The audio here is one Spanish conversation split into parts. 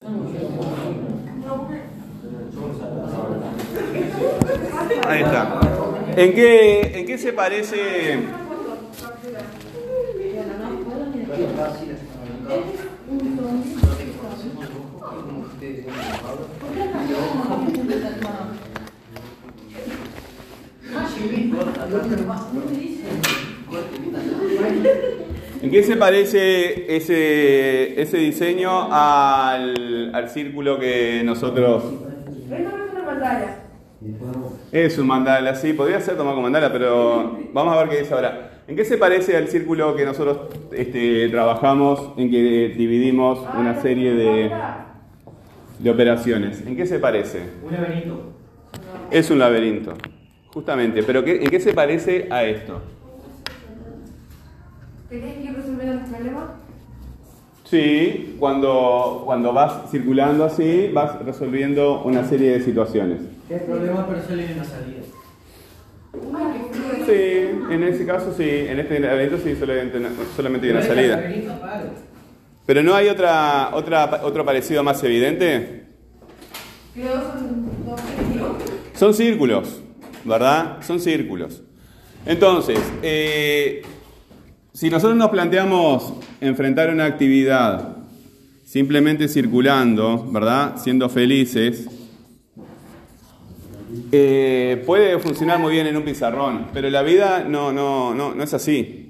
Ahí está. ¿En qué se parece? ¿En qué se parece ese diseño al círculo que nosotros... Es un mandala, sí, podría ser tomado como mandala, pero vamos a ver qué dice ahora. ¿En qué se parece al círculo que nosotros trabajamos, en que dividimos una serie de operaciones? ¿En qué se parece? Un laberinto. Es un laberinto, justamente. ¿Pero en qué se parece a esto? ¿Tenés que ir resolviendo los problemas? Sí, cuando vas circulando así, vas resolviendo una serie de situaciones. ¿Qué problema pero solo hay una salida? Sí, en ese caso sí, en este laberinto sí solamente hay una salida. Pero ¿no hay otro parecido más evidente? Son círculos, ¿verdad? Son círculos. Entonces, si nosotros nos planteamos enfrentar una actividad simplemente circulando, ¿verdad? Siendo felices, puede funcionar muy bien en un pizarrón, pero la vida no es así.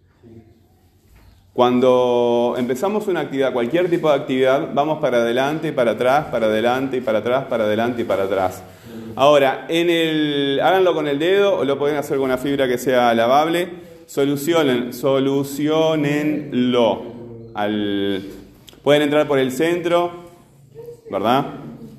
Cuando empezamos una actividad, cualquier tipo de actividad, vamos para adelante y para atrás, para adelante y para atrás, para adelante y para atrás. Ahora, háganlo con el dedo o lo pueden hacer con una fibra que sea lavable. Solucionenlo. Pueden entrar por el centro, ¿verdad?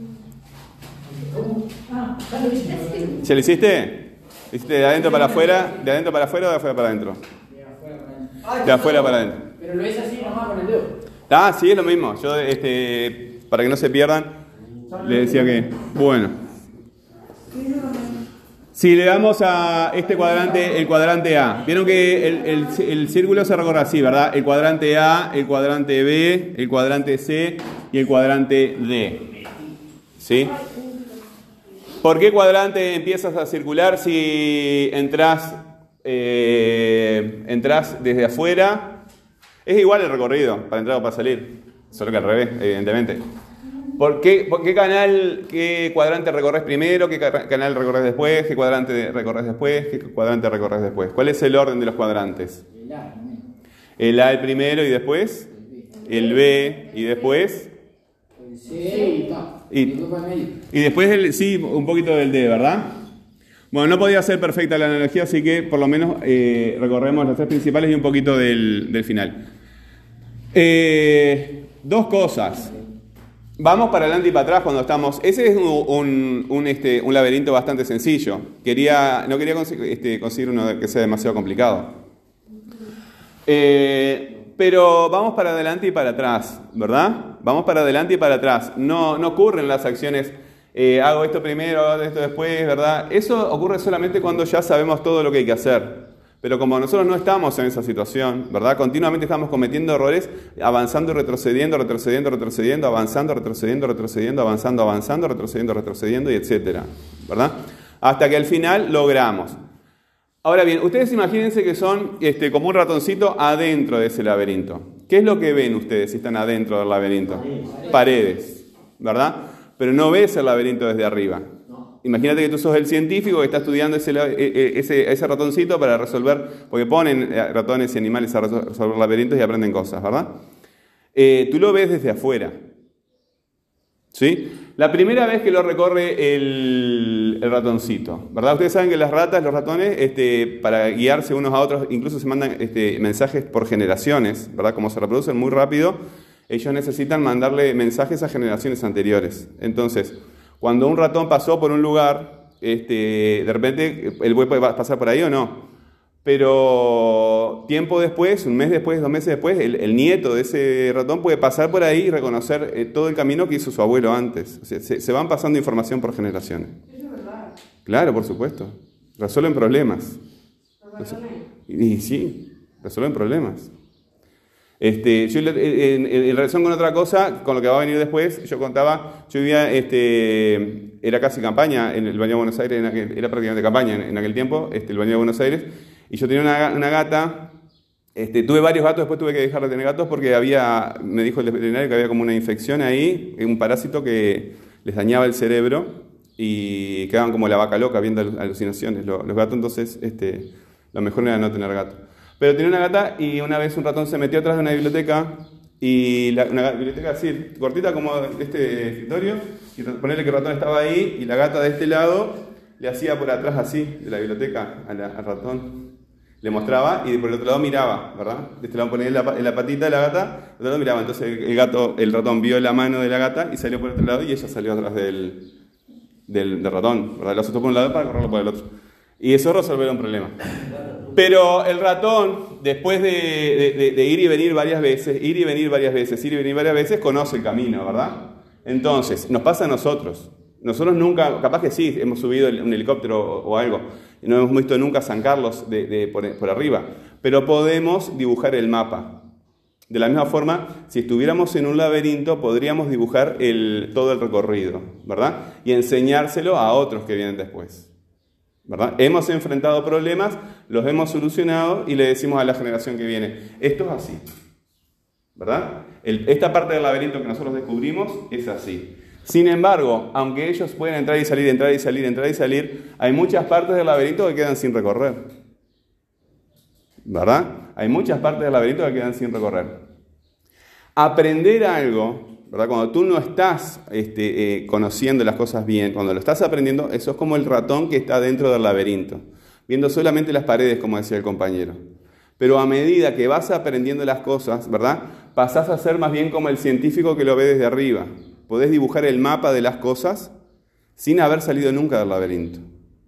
¿Ya lo hiciste? ¿Lo hiciste de adentro para afuera? ¿De adentro para afuera o de afuera para adentro? De afuera para adentro. Pero lo es así nomás con el dedo. Ah, sí, es lo mismo. Yo, para que no se pierdan, les decía que... Bueno. Si le damos a este cuadrante, el cuadrante A, vieron que el círculo se recorre así, ¿verdad? El cuadrante A, el cuadrante B, el cuadrante C y el cuadrante D. ¿Sí? ¿Por qué cuadrante empiezas a circular si entras desde afuera? Es igual el recorrido, para entrar o para salir, solo que al revés, evidentemente. ¿Por qué qué cuadrante recorres primero, qué canal recorres después, qué cuadrante recorres después, qué cuadrante recorres después? ¿Cuál es el orden de los cuadrantes? El A el primero y después el B y después El C y después sí, un poquito del D, ¿verdad? Bueno, no podía ser perfecta la analogía, así que por lo menos recorremos los tres principales y un poquito del final. Dos cosas. Vamos para adelante y para atrás cuando estamos... Ese es un laberinto bastante sencillo. No quería conseguir uno que sea demasiado complicado. Pero vamos para adelante y para atrás, ¿verdad? Vamos para adelante y para atrás. No ocurren las acciones, hago esto primero, hago esto después, ¿verdad? Eso ocurre solamente cuando ya sabemos todo lo que hay que hacer. Pero como nosotros no estamos en esa situación, ¿verdad? Continuamente estamos cometiendo errores, avanzando y retrocediendo, avanzando, retrocediendo, avanzando, retrocediendo, y etcétera, ¿verdad? Hasta que al final logramos. Ahora bien, ustedes imagínense que son como un ratoncito adentro de ese laberinto. ¿Qué es lo que ven ustedes si están adentro del laberinto? Paredes, ¿verdad? Pero no ves el laberinto desde arriba. Imagínate que tú sos el científico que está estudiando ese ratoncito para resolver, porque ponen ratones y animales a resolver laberintos y aprenden cosas, ¿verdad? Tú lo ves desde afuera. ¿Sí? La primera vez que lo recorre el ratoncito, ¿verdad? Ustedes saben que las ratas, los ratones, para guiarse unos a otros, incluso se mandan mensajes por generaciones, ¿verdad? Como se reproducen muy rápido, ellos necesitan mandarle mensajes a generaciones anteriores. Entonces, cuando un ratón pasó por un lugar, de repente, ¿el buey puede pasar por ahí o no? Pero tiempo después, un mes después, 2 meses después, el nieto de ese ratón puede pasar por ahí y reconocer todo el camino que hizo su abuelo antes. O sea, se van pasando información por generaciones. Eso es verdad. Claro, por supuesto. Resuelven problemas. ¿Los ratones? Y sí, resuelven problemas. Yo en relación con otra cosa, con lo que va a venir después, yo contaba, yo vivía, era casi campaña en el Baño de Buenos Aires, era prácticamente campaña en aquel tiempo, el Baño de Buenos Aires, y yo tenía una gata, tuve varios gatos, después tuve que dejar de tener gatos porque me dijo el veterinario que había como una infección ahí, un parásito que les dañaba el cerebro y quedaban como la vaca loca viendo alucinaciones los gatos, entonces lo mejor era no tener gato. Pero tenía una gata y una vez un ratón se metió atrás de una biblioteca y una biblioteca así, cortita como este escritorio, y ponerle que el ratón estaba ahí y la gata de este lado le hacía por atrás así de la biblioteca al ratón. Le mostraba y por el otro lado miraba, ¿verdad? De este lado ponía en la patita de la gata, del otro lado miraba. Entonces el ratón vio la mano de la gata y salió por el otro lado y ella salió atrás del ratón, ¿verdad? Lo asustó por un lado para correrlo por el otro. Y eso resolvió un problema. Pero el ratón, después de ir y venir varias veces, conoce el camino, ¿verdad? Entonces, nos pasa a nosotros. Nosotros nunca, capaz que sí, hemos subido un helicóptero o algo, y no hemos visto nunca zancarlos por arriba, pero podemos dibujar el mapa. De la misma forma, si estuviéramos en un laberinto, podríamos dibujar todo el recorrido, ¿verdad? Y enseñárselo a otros que vienen después, ¿verdad? Hemos enfrentado problemas, los hemos solucionado y le decimos a la generación que viene, esto es así, ¿verdad? Esta parte del laberinto que nosotros descubrimos es así. Sin embargo, aunque ellos pueden entrar y salir, hay muchas partes del laberinto que quedan sin recorrer, ¿verdad? Hay muchas partes del laberinto que quedan sin recorrer. Aprender algo, ¿verdad? Cuando tú no estás conociendo las cosas bien, cuando lo estás aprendiendo, eso es como el ratón que está dentro del laberinto, viendo solamente las paredes, como decía el compañero. Pero a medida que vas aprendiendo las cosas, ¿verdad? Pasás a ser más bien como el científico que lo ve desde arriba. Podés dibujar el mapa de las cosas sin haber salido nunca del laberinto.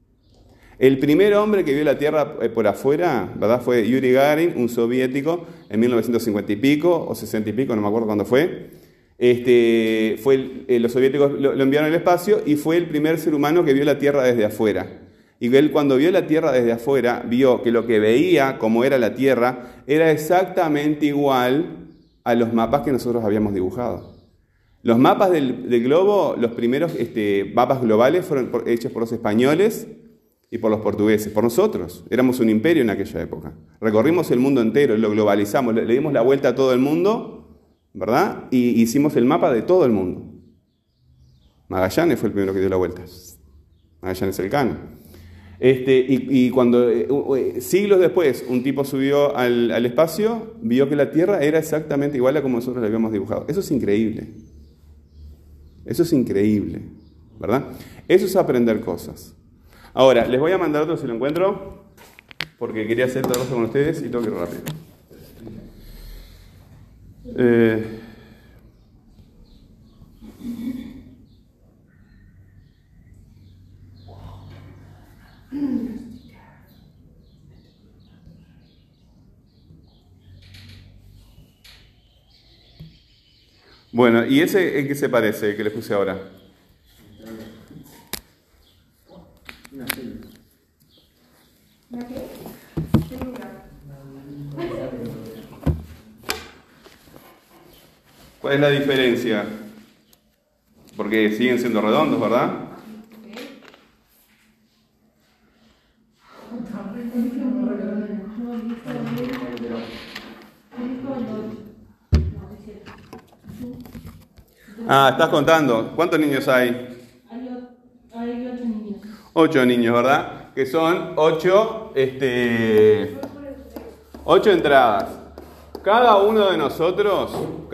El primer hombre que vio la Tierra por afuera, ¿verdad? Fue Yuri Gagarin, un soviético, en 1950 y pico, o 60 y pico, no me acuerdo cuándo fue. Los soviéticos lo enviaron al espacio y fue el primer ser humano que vio la Tierra desde afuera. Y él, cuando vio la Tierra desde afuera, vio que lo que veía, como era la Tierra, era exactamente igual a los mapas que nosotros habíamos dibujado. Los mapas del globo, los primeros mapas globales fueron hechos por los españoles y por los portugueses, por nosotros. Éramos un imperio en aquella época. Recorrimos el mundo entero, lo globalizamos, le dimos la vuelta a todo el mundo, ¿verdad? Y hicimos el mapa de todo el mundo. Magallanes fue el primero que dio la vuelta. Magallanes Elcano. Y cuando siglos después un tipo subió al espacio, vio que la Tierra era exactamente igual a como nosotros la habíamos dibujado. Eso es increíble. Eso es increíble, ¿verdad? Eso es aprender cosas. Ahora, les voy a mandar otro si lo encuentro, porque quería hacer otra cosa con ustedes y tengo que ir rápido. Bueno, ¿y ese en qué se parece, que les puse ahora? ¿La qué? Célula. ¿Cuál es la diferencia? Porque siguen siendo redondos, ¿verdad? Ah, estás contando. ¿Cuántos niños hay? Hay 8 niños. 8 niños, ¿verdad? Que son 8 entradas. Cada uno de nosotros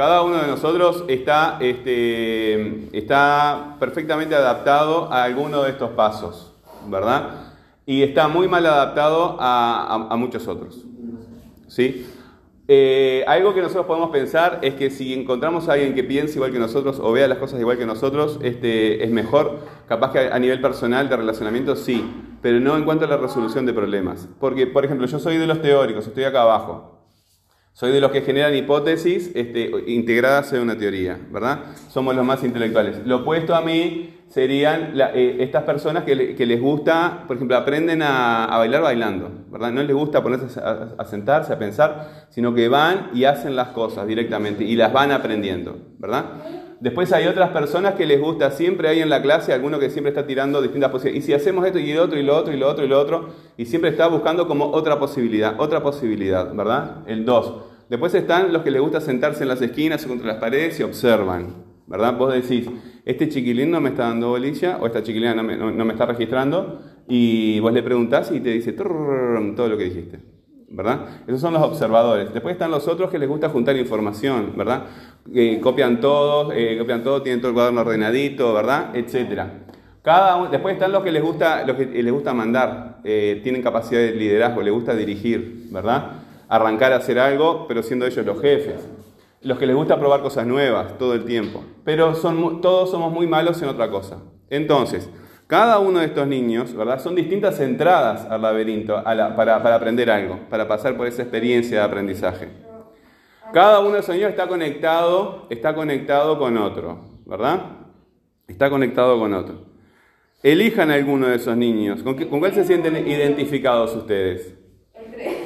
está perfectamente adaptado a alguno de estos pasos, ¿verdad? Y está muy mal adaptado a muchos otros, ¿sí? Algo que nosotros podemos pensar es que si encontramos a alguien que piense igual que nosotros o vea las cosas igual que nosotros, es mejor. Capaz que a nivel personal de relacionamiento sí, pero no en cuanto a la resolución de problemas. Porque, por ejemplo, yo soy de los teóricos, estoy acá abajo. Soy de los que generan hipótesis integradas en una teoría, ¿verdad? Somos los más intelectuales. Lo opuesto a mí serían estas personas que les gusta, por ejemplo, aprenden a bailar bailando, ¿verdad? No les gusta ponerse a sentarse, a pensar, sino que van y hacen las cosas directamente y las van aprendiendo, ¿verdad? Después hay otras personas que les gusta, siempre hay en la clase alguno que siempre está tirando distintas posibilidades. Y si hacemos esto y lo otro y lo otro y lo otro y lo otro, y siempre está buscando como otra posibilidad, ¿verdad? El 2. Después están los que les gusta sentarse en las esquinas o contra las paredes y observan, ¿verdad? Vos decís, este chiquilín no me está dando bolilla, o esta chiquilina no me está registrando, y vos le preguntás y te dice todo lo que dijiste, ¿verdad? Esos son los observadores. Después están los otros que les gusta juntar información, ¿verdad? Copian todo, tienen todo el cuaderno ordenadito, ¿verdad? Etcétera. Después están los que les gusta mandar, tienen capacidad de liderazgo, les gusta dirigir, ¿verdad? Arrancar a hacer algo, pero siendo ellos los jefes. Los que les gusta probar cosas nuevas todo el tiempo. Pero todos somos muy malos en otra cosa. Entonces, cada uno de estos niños, ¿verdad? Son distintas entradas al laberinto para aprender algo, para pasar por esa experiencia de aprendizaje. Cada uno de esos niños está conectado con otro, ¿verdad? Está conectado con otro. Elijan alguno de esos niños. ¿Con cuál se sienten identificados ustedes? El 3.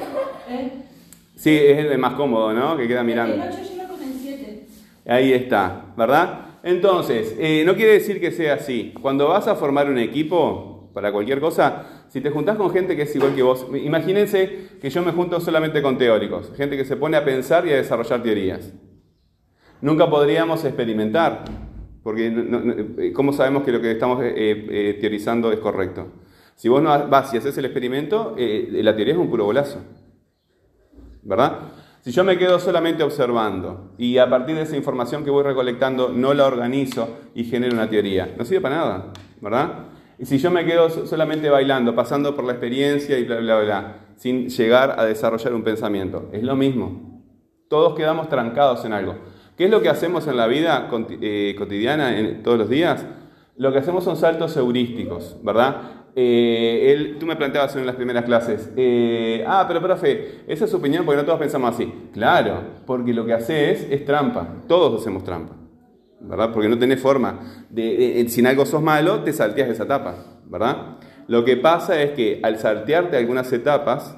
Sí, es el más cómodo, ¿no? Que queda mirando. El 8 lleva con el 7. Ahí está, ¿verdad? Entonces, no quiere decir que sea así. Cuando vas a formar un equipo, para cualquier cosa, si te juntás con gente que es igual que vos, imagínense que yo me junto solamente con teóricos, gente que se pone a pensar y a desarrollar teorías. Nunca podríamos experimentar, porque ¿cómo sabemos que lo que estamos teorizando es correcto? Si vos no vas y haces el experimento, la teoría es un puro bolazo, ¿verdad? Si yo me quedo solamente observando y a partir de esa información que voy recolectando no la organizo y genero una teoría, no sirve para nada, ¿verdad? Y si yo me quedo solamente bailando, pasando por la experiencia y bla, bla, bla, sin llegar a desarrollar un pensamiento, es lo mismo. Todos quedamos trancados en algo. ¿Qué es lo que hacemos en la vida cotidiana, todos los días? Lo que hacemos son saltos heurísticos, ¿verdad? Tú me planteabas en las primeras clases, pero profe, esa es su opinión porque no todos pensamos así. Claro, porque lo que haces es trampa, todos hacemos trampa, ¿verdad? Porque no tenés forma, si en algo sos malo, te salteás esa etapa, ¿verdad? Lo que pasa es que al saltearte algunas etapas,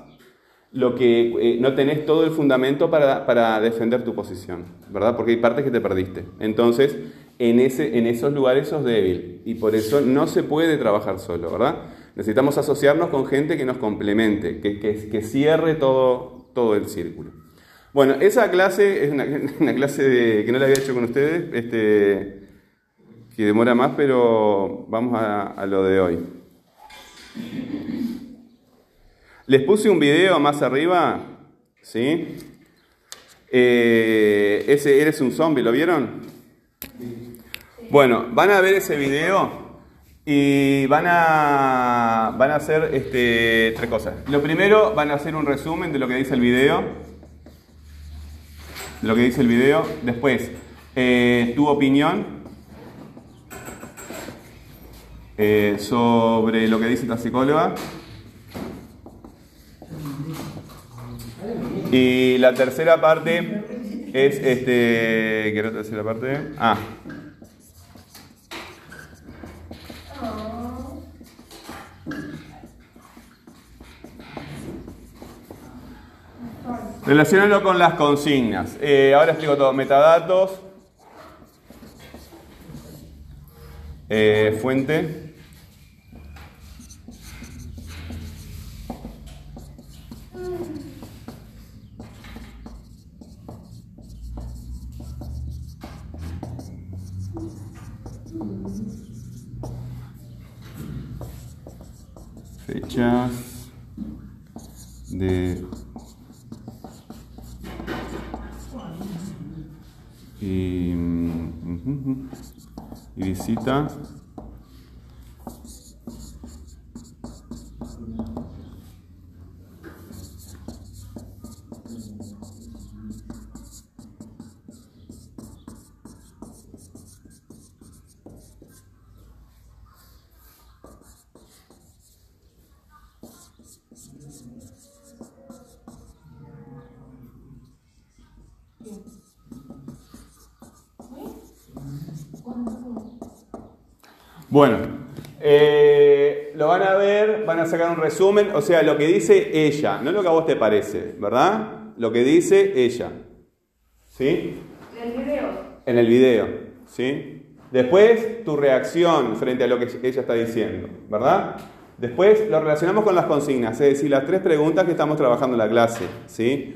no tenés todo el fundamento para defender tu posición, ¿verdad? Porque hay partes que te perdiste. Entonces, en esos lugares sos débil y por eso no se puede trabajar solo, ¿verdad? Necesitamos asociarnos con gente que nos complemente, que cierre todo el círculo. Bueno, esa clase es una clase que no la había hecho con ustedes, que demora más, pero vamos a lo de hoy. Les puse un video más arriba, ¿sí? Ese Eres un zombie, ¿lo vieron? Bueno, van a ver ese video y van a hacer tres cosas. Lo primero, van a hacer un resumen de lo que dice el video. Después, tu opinión sobre lo que dice esta psicóloga. Y la tercera parte es ¿qué era la tercera parte? Relacionarlo con las consignas. Ahora explico todo. Metadatos. Fuente. Fechas de y visita Bueno, lo van a ver, van a sacar un resumen, o sea, lo que dice ella, no lo que a vos te parece, ¿verdad? Lo que dice ella. ¿Sí? El video. En el video, ¿sí? Después, tu reacción frente a lo que ella está diciendo, ¿verdad? Después lo relacionamos con las consignas, es decir, las 3 preguntas que estamos trabajando en la clase, ¿sí?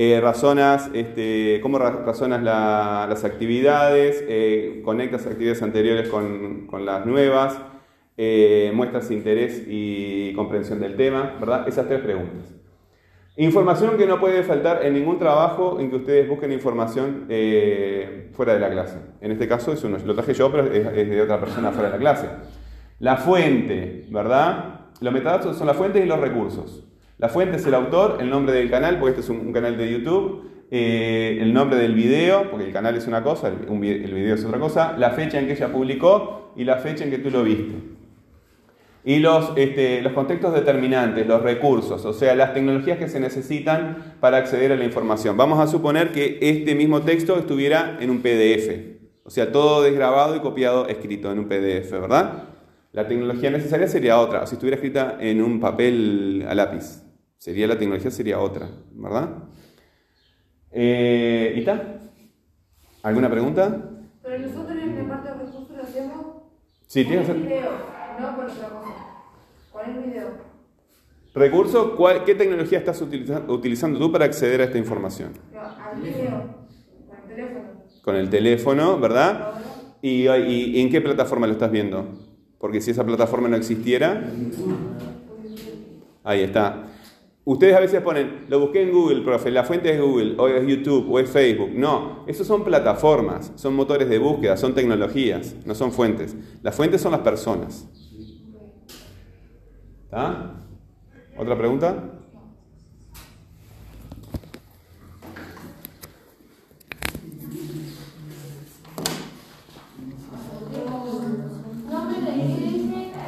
¿Cómo razonas las actividades? Conectas actividades anteriores con las nuevas, muestras interés y comprensión del tema, ¿verdad? Esas 3 preguntas. Información que no puede faltar en ningún trabajo en que ustedes busquen información fuera de la clase. En este caso es uno, lo traje yo, pero es de otra persona fuera de la clase. La fuente, ¿verdad? Los metadatos son las fuentes y los recursos. La fuente es el autor, el nombre del canal, porque este es un canal de YouTube, el nombre del video, porque el canal es una cosa, el video es otra cosa, la fecha en que ella publicó y la fecha en que tú lo viste. Y los contextos determinantes, los recursos, o sea, las tecnologías que se necesitan para acceder a la información. Vamos a suponer que este mismo texto estuviera en un PDF, o sea, todo desgrabado y copiado, escrito en un PDF, ¿verdad? La tecnología necesaria sería otra, o si estuviera escrita en un papel a lápiz, la tecnología sería otra, ¿verdad? ¿Y está? ¿Alguna pregunta? Pero nosotros en la parte de recursos lo hacemos. Sí, tienes que hacer. Video, no por otra cosa. ¿Cuál es el video? Recurso, ¿qué tecnología estás utilizando tú para acceder a esta información? No, al video, con el teléfono. Con el teléfono, ¿verdad? ¿Y en qué plataforma lo estás viendo? Porque si esa plataforma no existiera... Ahí está. Ustedes a veces ponen, lo busqué en Google, profe, la fuente es Google, o es YouTube, o es Facebook. No, esos son plataformas, son motores de búsqueda, son tecnologías, no son fuentes. Las fuentes son las personas. ¿Está? ¿Otra pregunta?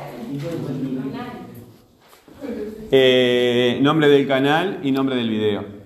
Nombre del canal y nombre del video.